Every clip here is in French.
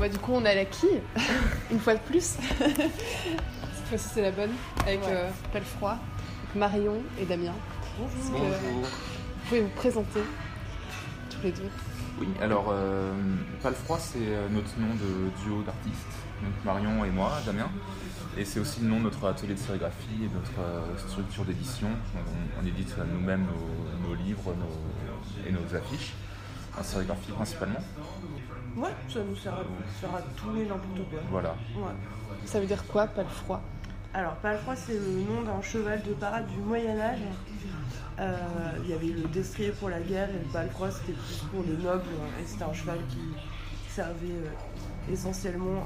bah du coup on a la quille, une fois de plus. Cette fois-ci c'est la bonne, avec Palefroid, Marion et Damien. Bonjour. Vous pouvez vous présenter tous les deux. Oui, alors Palefroid c'est notre nom de duo d'artistes, donc Marion et moi, Damien. Et c'est aussi le nom de notre atelier de sérigraphie et de notre structure d'édition. On édite nous-mêmes nos livres et nos affiches, en sérigraphie principalement. Ouais, ça nous sert à tout et n'importe quoi. Voilà. Ouais. Ça veut dire quoi, Palefroid? Alors, Palefroid, c'est le nom d'un cheval de parade du Moyen-Âge. Il y avait le destrier pour la guerre et le Palefroid, c'était plus pour les nobles. Et c'était un cheval qui servait essentiellement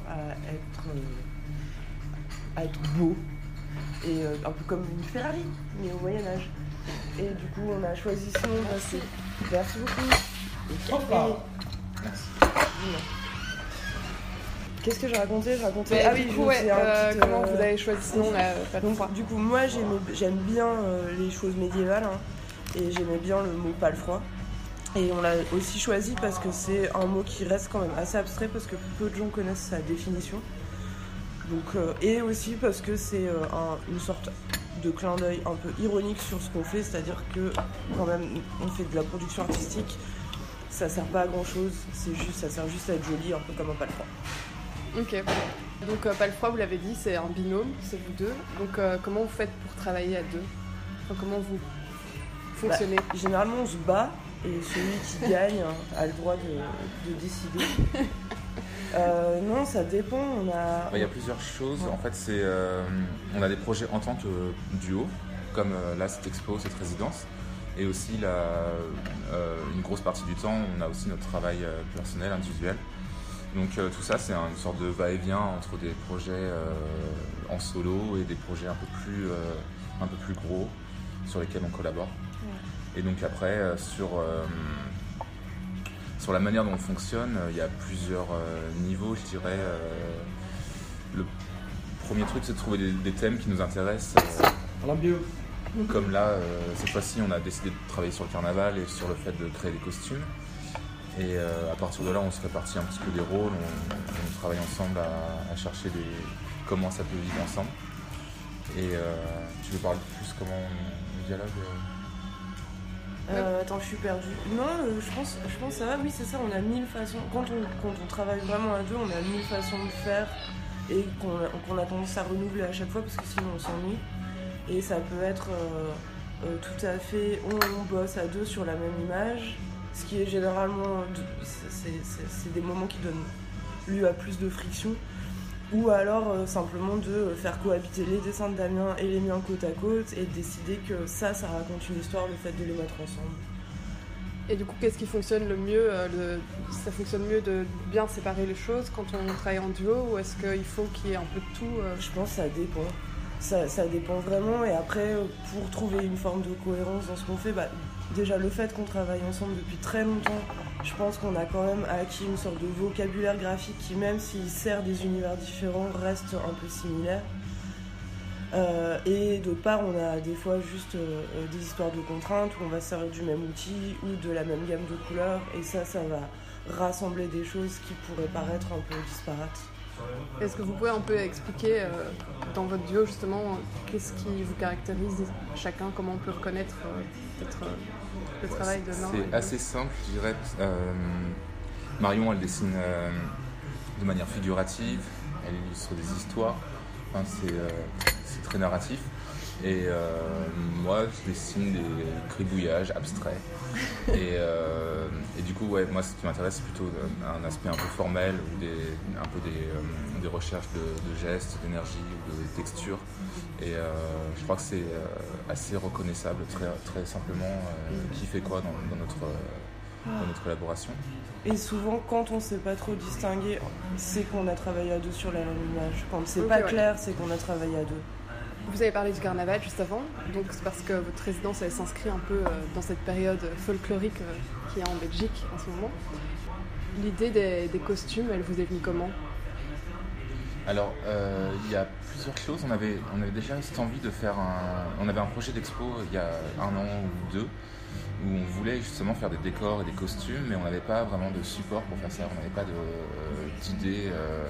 à être beau. Et un peu comme une Ferrari, mais au Moyen-Âge. Et du coup, on a choisi ce nom. Merci beaucoup. Merci. Qu'est-ce que je racontais comment vous avez choisi ce nom là, Palefroid? Du coup, moi j'aime bien les choses médiévales et j'aimais bien le mot palefroid. Et on l'a aussi choisi parce que c'est un mot qui reste quand même assez abstrait parce que peu de gens connaissent sa définition. Donc, et aussi parce que c'est une sorte de clin d'œil un peu ironique sur ce qu'on fait, c'est-à-dire que quand même on fait de la production artistique, ça sert pas à grand chose, ça sert juste à être joli, un peu comme un palefroid. Ok, donc Palefroid, vous l'avez dit, c'est un binôme, c'est vous deux. Donc comment vous faites pour travailler à deux? Enfin, comment vous fonctionnez? Généralement on se bat et celui qui gagne a le droit de décider. Non, ça dépend. Il y a plusieurs choses. En fait, on a des projets en tant que duo, comme là cette expo, cette résidence. Et aussi, une grosse partie du temps, on a aussi notre travail personnel, individuel. Donc tout ça, c'est une sorte de va-et-vient entre des projets en solo et des projets un peu plus gros sur lesquels on collabore. Ouais. Et donc après, sur la manière dont on fonctionne, il y a plusieurs niveaux, je dirais. Le premier truc, c'est de trouver des thèmes qui nous intéressent. Comme là, cette fois-ci, on a décidé de travailler sur le carnaval et sur le fait de créer des costumes. Et à partir de là, on se répartit un petit peu des rôles, on travaille ensemble à chercher comment ça peut vivre ensemble. Et tu veux parler plus comment on dialogue Attends, je suis perdue. Non, je pense que ça va, oui, c'est ça, on a 1000 façons. Quand on travaille vraiment à deux, on a 1000 façons de faire et qu'on a tendance à renouveler à chaque fois parce que sinon on s'ennuie. Et ça peut être tout à fait, on bosse à deux sur la même image. Ce qui est généralement, c'est des moments qui donnent lieu à plus de friction. Ou alors simplement de faire cohabiter les dessins de Damien et les miens côte à côte et de décider que ça raconte une histoire, le fait de les mettre ensemble. Et du coup, qu'est-ce qui fonctionne le mieux ça fonctionne mieux de bien séparer les choses quand on travaille en duo ou est-ce qu'il faut qu'il y ait un peu de tout Je pense que ça dépend. Ça dépend vraiment et après pour trouver une forme de cohérence dans ce qu'on fait, déjà le fait qu'on travaille ensemble depuis très longtemps, je pense qu'on a quand même acquis une sorte de vocabulaire graphique qui, même s'il sert des univers différents, reste un peu similaire. Et d'autre part, on a des fois juste des histoires de contraintes où on va se servir du même outil ou de la même gamme de couleurs et ça va rassembler des choses qui pourraient paraître un peu disparates. Est-ce que vous pouvez un peu expliquer dans votre duo justement qu'est-ce qui vous caractérise chacun, comment on peut reconnaître peut-être le travail de l'un? C'est assez simple, je dirais. Marion, elle dessine de manière figurative, elle illustre des histoires, c'est très narratif. Et moi, je dessine des gribouillages abstraits. Et du coup, moi, ce qui m'intéresse, c'est plutôt un aspect un peu formel ou des recherches de gestes, d'énergie ou de texture. Et je crois que c'est assez reconnaissable, très, très simplement, qui fait quoi dans notre collaboration. Et souvent, quand on ne sait pas trop distinguer, c'est qu'on a travaillé à deux sur la même image. Quand c'est pas clair, c'est qu'on a travaillé à deux. Vous avez parlé du carnaval juste avant, donc c'est parce que votre résidence elle s'inscrit un peu dans cette période folklorique qui est en Belgique en ce moment. L'idée des costumes, elle vous est venue comment? Alors, il y a plusieurs choses. On avait déjà cette envie de faire on avait un projet d'expo il y a 1 an ou 2 où on voulait justement faire des décors et des costumes, mais on n'avait pas vraiment de support pour faire ça, on n'avait pas d'idée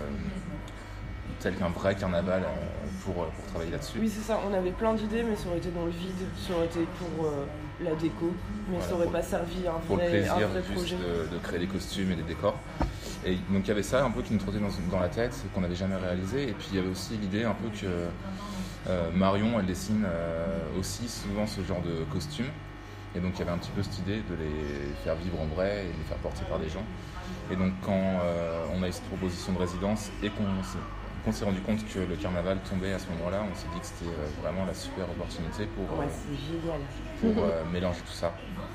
telle qu'un vrai carnaval pour travailler là-dessus. Oui, c'est ça, on avait plein d'idées, mais ça aurait été dans le vide, ça aurait été pour la déco, mais voilà, ça n'aurait pas servi à pour le plaisir projet. De créer des costumes et des décors. Et donc il y avait ça un peu qui nous trottait dans la tête, qu'on n'avait jamais réalisé, et puis il y avait aussi l'idée un peu que Marion, elle dessine aussi souvent ce genre de costumes. Et donc il y avait un petit peu cette idée de les faire vivre en vrai et de les faire porter par des gens. Et donc quand on a eu cette proposition de résidence et qu'on s'est rendu compte que le carnaval tombait à ce moment-là, on s'est dit que c'était vraiment la super opportunité pour mélanger tout ça.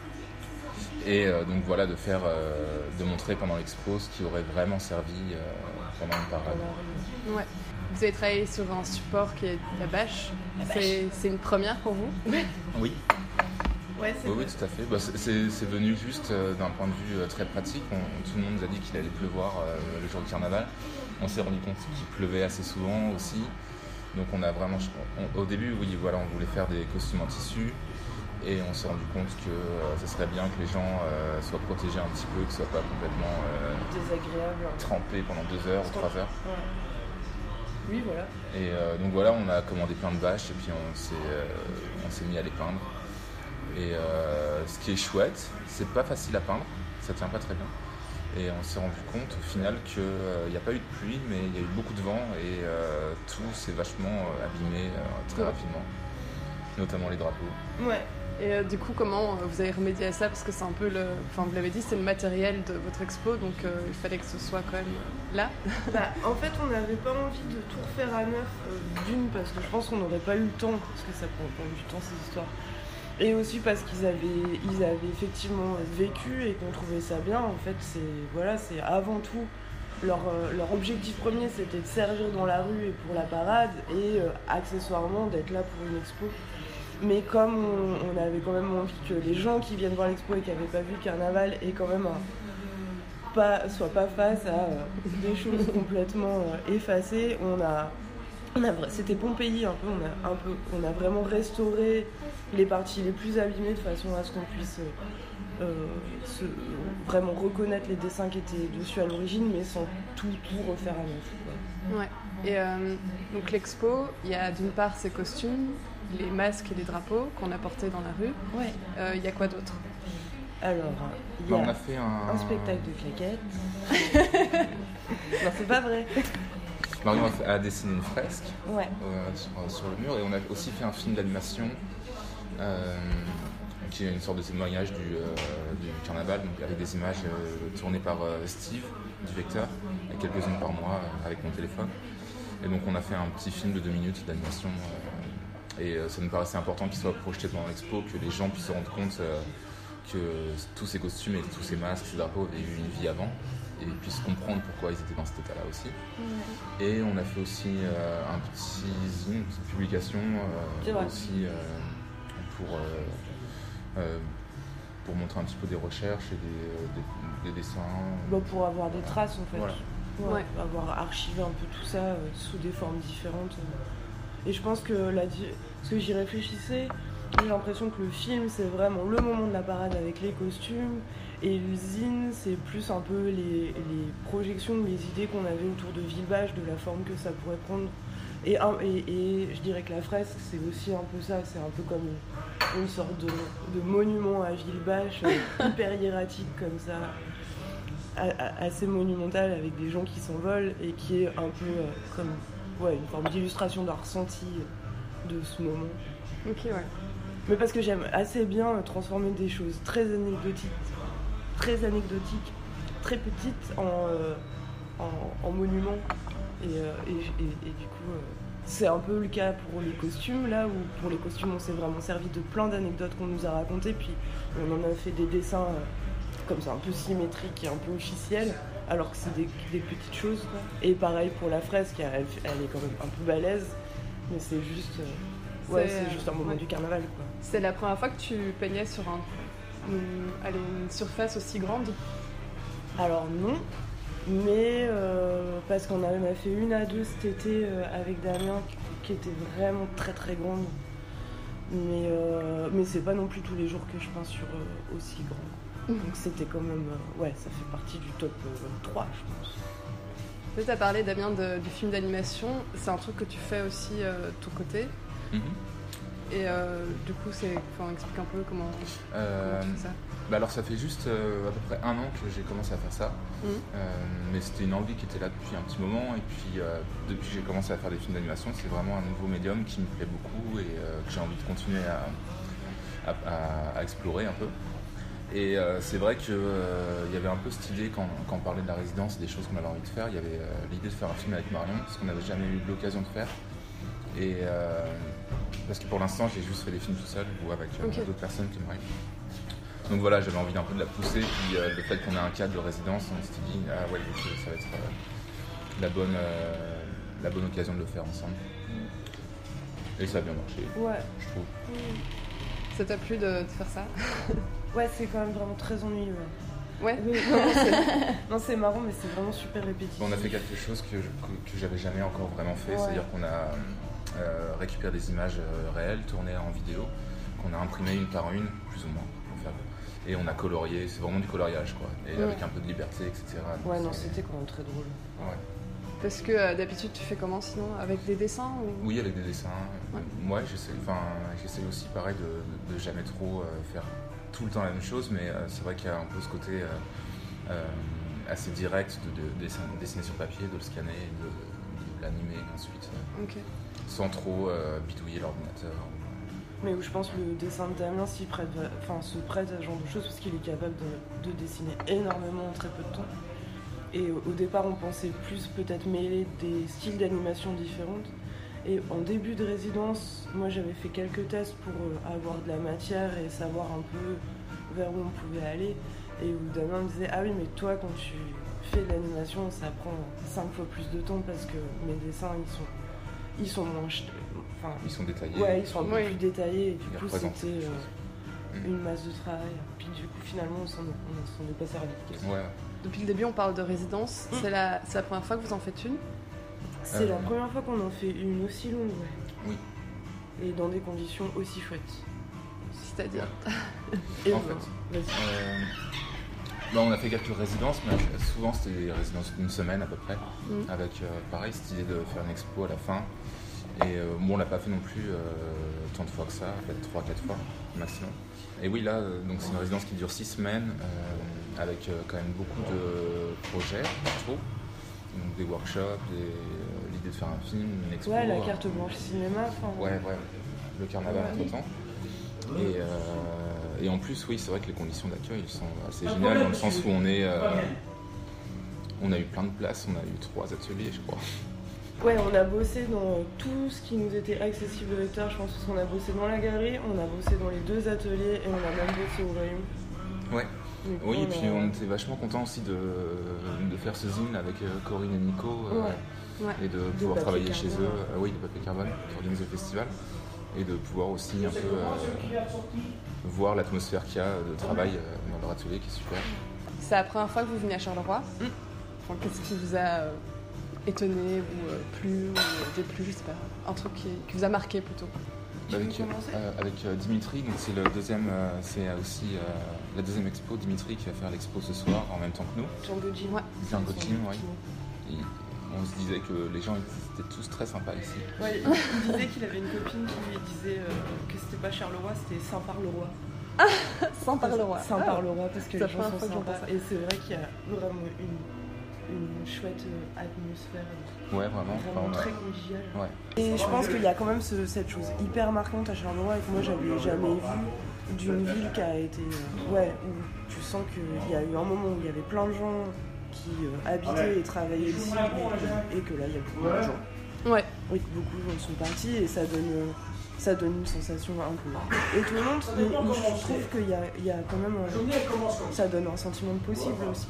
Et donc voilà, de montrer pendant l'expo ce qui aurait vraiment servi pendant une parade. Ouais. Vous avez travaillé sur un support qui est la bâche. C'est une première pour vous? Oui. Ouais, oui, tout à fait. C'est venu juste d'un point de vue très pratique. Tout le monde nous a dit qu'il allait pleuvoir le jour du carnaval. On s'est rendu compte qu'il pleuvait assez souvent aussi. Donc on a vraiment... au début, oui, voilà, on voulait faire des costumes en tissu. Et on s'est rendu compte que ce serait bien que les gens soient protégés un petit peu, que ce soit pas complètement désagréable, trempés pendant 2 heures ou 3 heures. Ouais. Oui, voilà. Et donc voilà, on a commandé plein de bâches et puis on s'est mis à les peindre. Et ce qui est chouette, c'est pas facile à peindre, ça tient pas très bien. Et on s'est rendu compte au final qu'il n'y a pas eu de pluie, mais il y a eu beaucoup de vent et tout s'est vachement abîmé très rapidement, notamment les drapeaux. Ouais. Et du coup, comment vous avez remédié à ça? Parce que c'est un peu vous l'avez dit, c'est le matériel de votre expo, donc il fallait que ce soit quand même là. En fait, on n'avait pas envie de tout refaire à neuf, d'une, parce que je pense qu'on n'aurait pas eu le temps, parce que ça prend quand même du temps ces histoires. Et aussi parce qu'ils avaient effectivement vécu et qu'on trouvait ça bien. En fait, c'est avant tout leur objectif premier, c'était de servir dans la rue et pour la parade et accessoirement d'être là pour une expo. Mais comme on avait quand même envie que les gens qui viennent voir l'expo et qui n'avaient pas vu le carnaval aient quand même soient pas face à des choses complètement effacées, c'était Pompéi un peu, on a vraiment restauré les parties les plus abîmées de façon à ce qu'on puisse vraiment reconnaître les dessins qui étaient dessus à l'origine, mais sans tout refaire à neuf. Ouais. Et donc l'expo, il y a d'une part ces costumes, les masques et les drapeaux qu'on a portés dans la rue. Ouais. Il y a quoi d'autre? Alors, il y a on a fait un spectacle de claquettes. Non, c'est pas vrai. Marion a dessiné une fresque sur le mur et on a aussi fait un film d'animation qui est une sorte de témoignage du carnaval, donc avec des images tournées par Steve du Vecteur, et quelques-unes par mois avec mon téléphone. Et donc on a fait un petit film de 2 minutes d'animation et ça nous paraissait important qu'il soit projeté pendant l'expo, que les gens puissent se rendre compte que tous ces costumes et tous ces masques, ces drapeaux avaient eu une vie avant et puissent comprendre pourquoi ils étaient dans cet état-là aussi. Ouais. Et on a fait aussi un petit zine, une petite publication aussi pour montrer un petit peu des recherches et des dessins. Pour avoir des traces en fait. Voilà. Ouais. Avoir archivé un peu tout ça sous des formes différentes. Et je pense que parce que j'y réfléchissais, j'ai l'impression que le film c'est vraiment le moment de la parade avec les costumes et l'usine c'est plus un peu les projections, les idées qu'on avait autour de Villebâche, de la forme que ça pourrait prendre. Et je dirais que la fresque c'est aussi un peu ça, c'est un peu comme une sorte de monument à Villebâche, hyper hiératique comme ça, assez monumental avec des gens qui s'envolent et qui est un peu comme une forme d'illustration d'un ressenti de ce moment. Ok, ouais. Mais parce que j'aime assez bien transformer des choses très anecdotiques, très petites en monuments. Et du coup, c'est un peu le cas pour les costumes, là où pour les costumes on s'est vraiment servi de plein d'anecdotes qu'on nous a racontées, puis on en a fait des dessins comme ça, un peu symétriques et un peu officiels, alors que c'est des petites choses. Et pareil pour la fresque, elle est quand même un peu balèze, mais c'est juste... c'est juste un moment du carnaval, quoi. C'est la première fois que tu peignais sur une surface aussi grande? Alors non, mais parce qu'on en a fait une à deux cet été avec Damien qui était vraiment très très grande. Mais c'est pas non plus tous les jours que je peins sur aussi grand. Donc c'était quand même... ça fait partie du top 3, je pense. Tu as parlé, Damien, du film d'animation. C'est un truc que tu fais aussi de ton côté. Et du coup, explique un peu comment tu fais ça. Alors ça fait juste à peu près 1 an que j'ai commencé à faire ça. Mais c'était une envie qui était là depuis un petit moment. Et puis depuis que j'ai commencé à faire des films d'animation, c'est vraiment un nouveau médium qui me plaît beaucoup et que j'ai envie de continuer à explorer un peu. Et c'est vrai qu'il y avait un peu cette idée, quand on parlait de la résidence, des choses qu'on avait envie de faire, il y avait l'idée de faire un film avec Marion, ce qu'on n'avait jamais eu l'occasion de faire. Et parce que pour l'instant, j'ai juste fait des films tout seul ou avec d'autres personnes que Marion. Donc voilà, j'avais envie d'un peu de la pousser. Puis le fait qu'on ait un cadre de résidence, on s'était dit, ça va être la bonne occasion de le faire ensemble. Et ça a bien marché, je trouve. Ça t'a plu de faire ça? Ouais, c'est quand même vraiment très ennuyeux. Ouais. Non, c'est marrant, mais c'est vraiment super répétitif. On a fait quelque chose que j'avais jamais encore vraiment fait, c'est-à-dire qu'on a récupéré des images réelles, tournées en vidéo, qu'on a imprimées une par une, plus ou moins, et on a colorié, c'est vraiment du coloriage, quoi, et avec un peu de liberté, etc. Ouais, non, c'était quand même très drôle. Ouais. Parce que d'habitude, tu fais comment sinon? Avec des dessins ou... Oui, avec des dessins. Moi, j'essaie aussi, pareil, de jamais trop faire tout le temps la même chose, mais c'est vrai qu'il y a un peu ce côté assez direct de dessiner sur papier, de le scanner, de l'animer ensuite, sans trop bidouiller l'ordinateur. Mais je pense que le dessin de Damien se prête à ce genre de choses parce qu'il est capable de dessiner énormément en très peu de temps. Et au départ, on pensait plus peut-être mêler des styles d'animation différentes. Et en début de résidence, moi j'avais fait quelques tests pour avoir de la matière et savoir un peu vers où on pouvait aller. Et où Damien me disait, ah oui, mais toi quand tu fais de l'animation, ça prend 5 fois plus de temps parce que mes dessins, ils sont moins... ils sont détaillés. Ouais, ils sont un peu plus détaillés. Et du coup, c'était une masse de travail. Puis du coup, finalement, on s'en est pas servi. Ouais. Depuis le début, on parle de résidence. C'est la première fois que vous en faites une? C'est la première fois qu'on en fait une aussi longue, Oui. Et dans des conditions aussi chouettes. C'est-à-dire En fait, on a fait quelques résidences, mais souvent c'était des résidences d'une semaine à peu près, avec pareil cette idée de faire une expo à la fin. Et on l'a pas fait non plus tant de fois que ça, peut-être 3-4 fois maximum. Et oui, là, donc c'est une résidence qui dure 6 semaines, avec quand même beaucoup de projets, je trouve. Donc des workshops, l'idée de faire un film, une expo. Ouais, la carte blanche cinéma. Ouais, le carnaval entre-temps. Et en plus, oui, c'est vrai que les conditions d'accueil sont assez géniales, dans le sens où on a eu plein de places, on a eu 3 ateliers, je crois. Ouais, on a bossé dans tout ce qui nous était accessible au lecteur, je pense, parce qu'on a bossé dans la galerie, on a bossé dans les 2 ateliers et on a même bossé au rayon. Ouais. Oui, et puis on était vachement contents aussi de faire ce zine avec Corinne et Nico et de pouvoir travailler chez eux, de papier carbone, d'organiser le festival et de pouvoir aussi un peu voir l'atmosphère qu'il y a de travail dans leur atelier qui est super. C'est la première fois que vous venez à Charleroi. Qu'est-ce qui vous a étonné ou plu ou déplu, je sais pas, un truc qui vous a marqué plutôt? Avec Dimitri, donc c'est aussi la deuxième expo. Dimitri qui va faire l'expo ce soir en même temps que nous. Django Jim, oui. On se disait que les gens étaient tous très sympas ici. Ouais, il disait qu'il avait une copine qui lui disait que c'était pas Charleroi, c'était Saint-Parleroy. Saint-Parleroy. Saint-Parleroy, parce que les gens sont sympas. Et c'est vrai qu'il y a vraiment une chouette atmosphère. Ouais, vraiment très conviviale. Ouais. Et je pense qu'il y a quand même cette chose hyper marquante à Charleroi et que moi j'avais jamais vu d'une ville qui a été... où tu sens qu'il y a eu un moment où il y avait plein de gens qui habitaient et travaillaient ici et que là il y a beaucoup de gens. Ouais. Oui, beaucoup de gens sont partis et ça donne une sensation un peu étonnante, mais je trouve qu'il y a quand même ça donne un sentiment de possible aussi.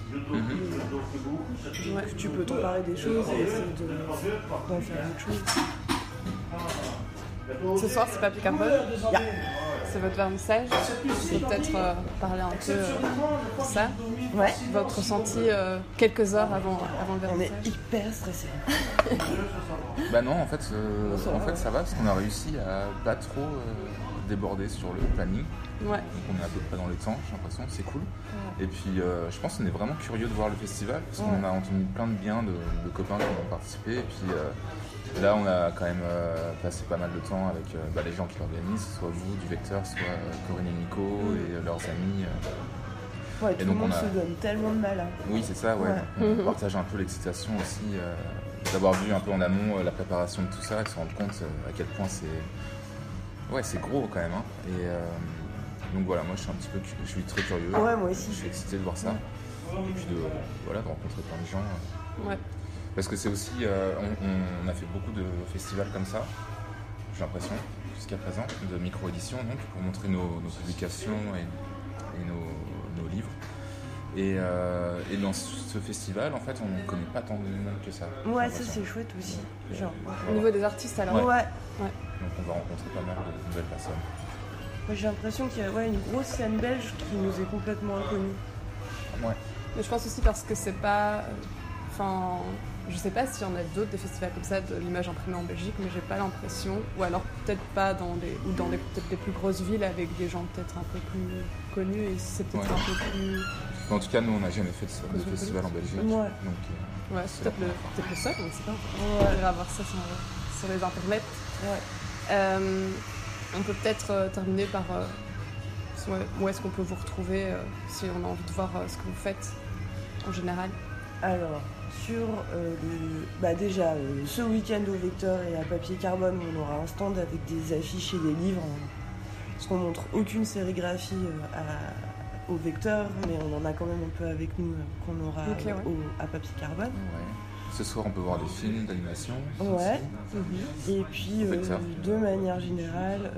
Tu peux t'emparer des choses et essayer d'en faire autre chose. Ce soir, c'est papier carbone. c'est votre vernissage. On peut peut-être parler un peu de ça. Ouais. Votre ressenti quelques heures avant le On vernissage. est hyper stressés. Bah non, en fait, ça va parce qu'on a réussi à pas trop déborder sur le planning. Ouais. Donc on est à peu près dans les temps, j'ai l'impression, c'est cool. Et puis je pense qu'on est vraiment curieux de voir le festival parce qu'on a entendu plein de bien de copains qui ont participé. Et puis là, on a quand même passé pas mal de temps avec les gens qui l'organisent, soit vous du Vecteur, soit Corinne et Nico et leurs amis. Ouais, tout Et le donc monde on a- se donne tellement de mal. Hein. Oui, c'est ça, ouais. On partage un peu l'excitation aussi d'avoir vu un peu en amont la préparation de tout ça et de se rendre compte à quel point c'est gros quand même. Hein. Et donc voilà, moi je suis très curieux. Ouais, moi aussi. Je suis excité de voir ça. Et puis de rencontrer plein de gens. Ouais. Parce que c'est aussi, on a fait beaucoup de festivals comme ça, j'ai l'impression, jusqu'à présent, de micro-éditions donc, pour montrer nos publications et nos livres. Et dans ce festival, en fait, on ne connaît pas tant de monde que ça. j'ai Ouais, ça l'impression. c'est chouette aussi. Genre. Au niveau des artistes, alors. Ouais. Ouais. Donc on va rencontrer pas mal de nouvelles personnes. Moi j'ai l'impression qu'il y a une grosse scène belge qui nous est complètement inconnue. Ouais. Mais je pense aussi parce que c'est pas. Enfin, je sais pas s'il y en a d'autres des festivals comme ça de l'image imprimée en Belgique, mais j'ai pas l'impression. Ou alors peut-être pas dans des peut-être des plus grosses villes avec des gens peut-être un peu plus connus et c'est peut-être Ouais. un peu plus. Mais en tout cas, nous, on n'a jamais fait de festival en Belgique. Ouais. Donc, Ouais, c'est peut-être le seul, on ne sait pas. Ouais. On ira voir ça sur les internets. Ouais. On peut peut-être terminer par où est-ce qu'on peut vous retrouver si on a envie de voir ce que vous faites en général. Alors, sur déjà ce week-end au Vecteur et à Papier Carbone, on aura un stand avec des affiches et des livres. Parce qu'on montre aucune sérigraphie au Vecteur, mais on en a quand même un peu avec nous qu'on aura Ok, ouais. à Papier Carbone. ouais. Ce soir, on peut voir des films d'animation. Ouais. aussi. Et puis, Vecteur. de manière générale,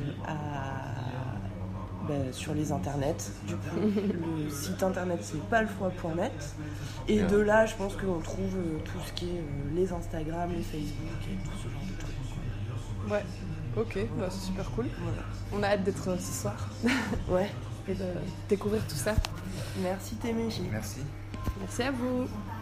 sur les internets. Du coup, le site internet, c'est palefroid.net. Et Yeah. de là, je pense qu'on trouve tout ce qui est les Instagram, les Facebook et tout ce genre de trucs. Ouais, ok, bah, c'est super cool. Voilà. On a hâte d'être ce soir Ouais. et de découvrir tout ça. Merci Téméji. Merci. Merci à vous.